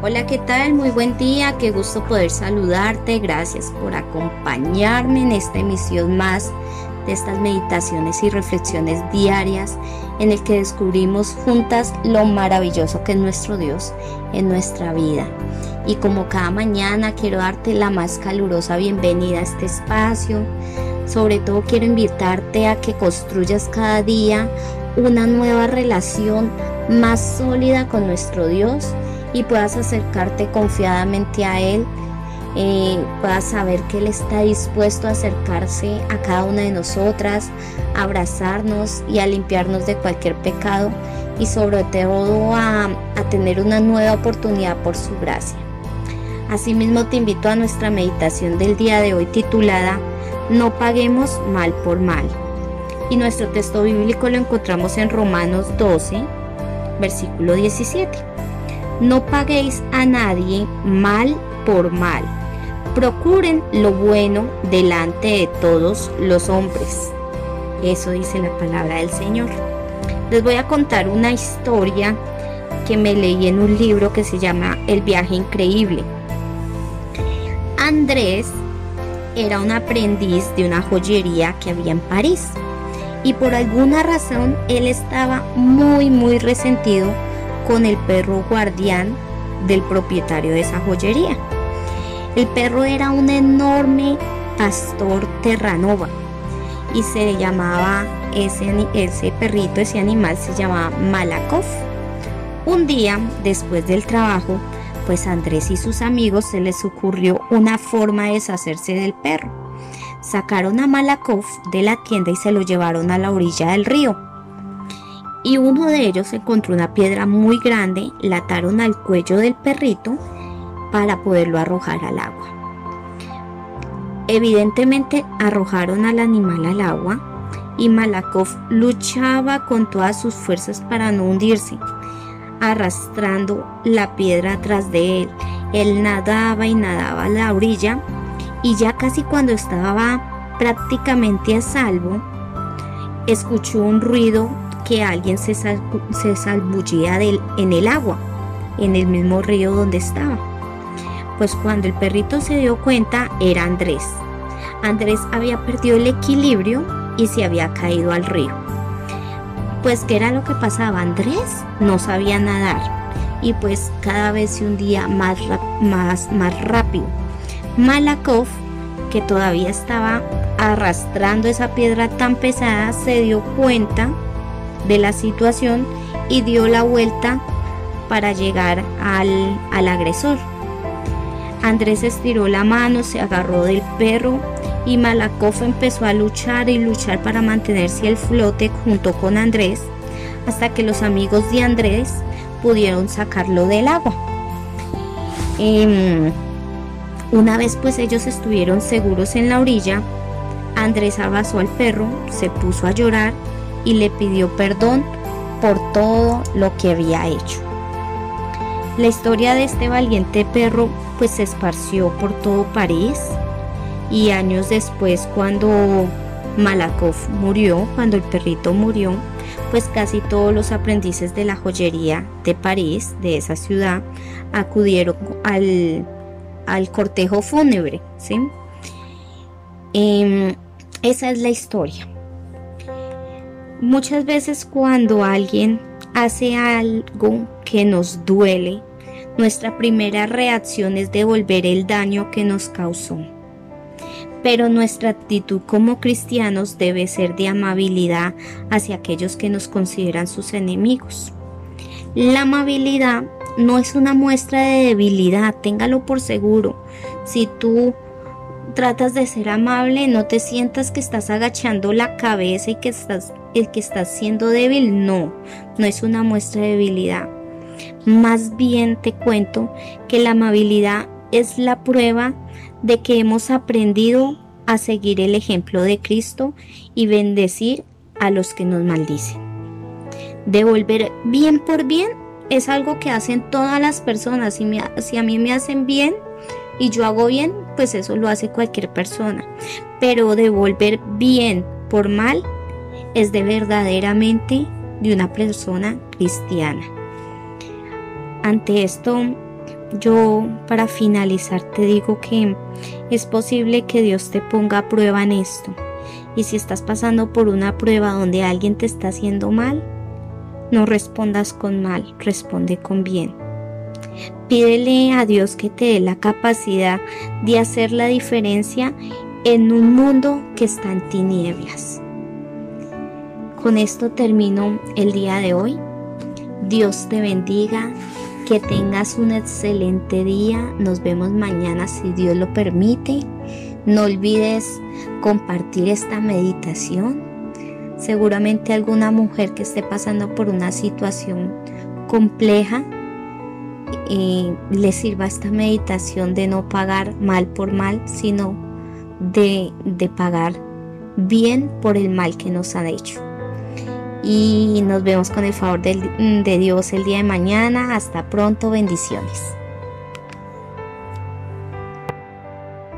Hola, ¿qué tal? Muy buen día, qué gusto poder saludarte. Gracias por acompañarme en esta emisión más de estas meditaciones y reflexiones diarias en el que descubrimos juntas lo maravilloso que es nuestro Dios en nuestra vida. Y como cada mañana quiero darte la más calurosa bienvenida a este espacio. Sobre todo quiero invitarte a que construyas cada día una nueva relación más sólida con nuestro Dios y puedas acercarte confiadamente a Él, puedas saber que Él está dispuesto a acercarse a cada una de nosotras, a abrazarnos y a limpiarnos de cualquier pecado y sobre todo a tener una nueva oportunidad por su gracia. Asimismo te invito a nuestra meditación del día de hoy titulada No paguemos mal por mal. Y nuestro texto bíblico lo encontramos en Romanos 12, versículo 17. No paguéis a nadie mal por mal. Procuren lo bueno delante de todos los hombres. Eso dice la palabra del Señor. Les voy a contar una historia que me leí en un libro que se llama El viaje increíble. Andrés era un aprendiz de una joyería que había en París y por alguna razón él estaba muy resentido con el perro guardián del propietario de esa joyería. El perro era un enorme pastor terranova y se llamaba ese perrito, ese animal se llamaba Malakoff. Un día después del trabajo, pues a Andrés y sus amigos se les ocurrió una forma de deshacerse del perro. Sacaron a Malakoff de la tienda y se lo llevaron a la orilla del río. Y uno de ellos encontró una piedra muy grande, la ataron al cuello del perrito para poderlo arrojar al agua. Evidentemente arrojaron al animal al agua y Malakoff luchaba con todas sus fuerzas para no hundirse, arrastrando la piedra atrás de él. Él nadaba y nadaba a la orilla y ya casi cuando estaba prácticamente a salvo, escuchó un ruido que alguien se salbullía en el agua, en el mismo río donde estaba. Pues cuando el perrito se dio cuenta, era Andrés. Andrés había perdido el equilibrio y se había caído al río. Pues ¿qué era lo que pasaba? Andrés no sabía nadar y pues cada vez se hundía más rápido. Malakoff, que todavía estaba arrastrando esa piedra tan pesada, se dio cuenta de la situación y dio la vuelta para llegar al agresor. Andrés estiró la mano, se agarró del perro y Malakoff empezó a luchar y luchar para mantenerse al flote junto con Andrés hasta que los amigos de Andrés pudieron sacarlo del agua. Una vez pues ellos estuvieron seguros en la orilla, Andrés abrazó al perro, se puso a llorar y le pidió perdón por todo lo que había hecho. La historia de este valiente perro pues se esparció por todo París y años después cuando Malakoff murió, cuando el perrito murió, pues casi todos los aprendices de la joyería de París, de esa ciudad, acudieron al cortejo fúnebre, ¿sí? Esa es la historia. Muchas veces cuando alguien hace algo que nos duele, nuestra primera reacción es devolver el daño que nos causó. Pero nuestra actitud como cristianos debe ser de amabilidad hacia aquellos que nos consideran sus enemigos. La amabilidad no es una muestra de debilidad, téngalo por seguro. Si tú tratas de ser amable, no te sientas que estás agachando la cabeza y que estás siendo débil. No es una muestra de debilidad. Más bien te cuento que la amabilidad es la prueba de que hemos aprendido a seguir el ejemplo de Cristo y bendecir a los que nos maldicen. Devolver bien por bien es algo que hacen todas las personas. Si a mí me hacen bien y yo hago bien, pues eso lo hace cualquier persona. Pero devolver bien por mal es de verdaderamente de una persona cristiana. Ante esto, yo para finalizar te digo que es posible que Dios te ponga a prueba en esto. Y si estás pasando por una prueba donde alguien te está haciendo mal, no respondas con mal, responde con bien. Pídele a Dios que te dé la capacidad de hacer la diferencia en un mundo que está en tinieblas. Con esto termino el día de hoy. Dios te bendiga, que tengas un excelente día. Nos vemos mañana si Dios lo permite. No olvides compartir esta meditación. Seguramente alguna mujer que esté pasando por una situación compleja le sirva esta meditación de no pagar mal por mal, sino de pagar bien por el mal que nos han hecho. Y nos vemos con el favor de Dios el día de mañana. Hasta pronto, bendiciones.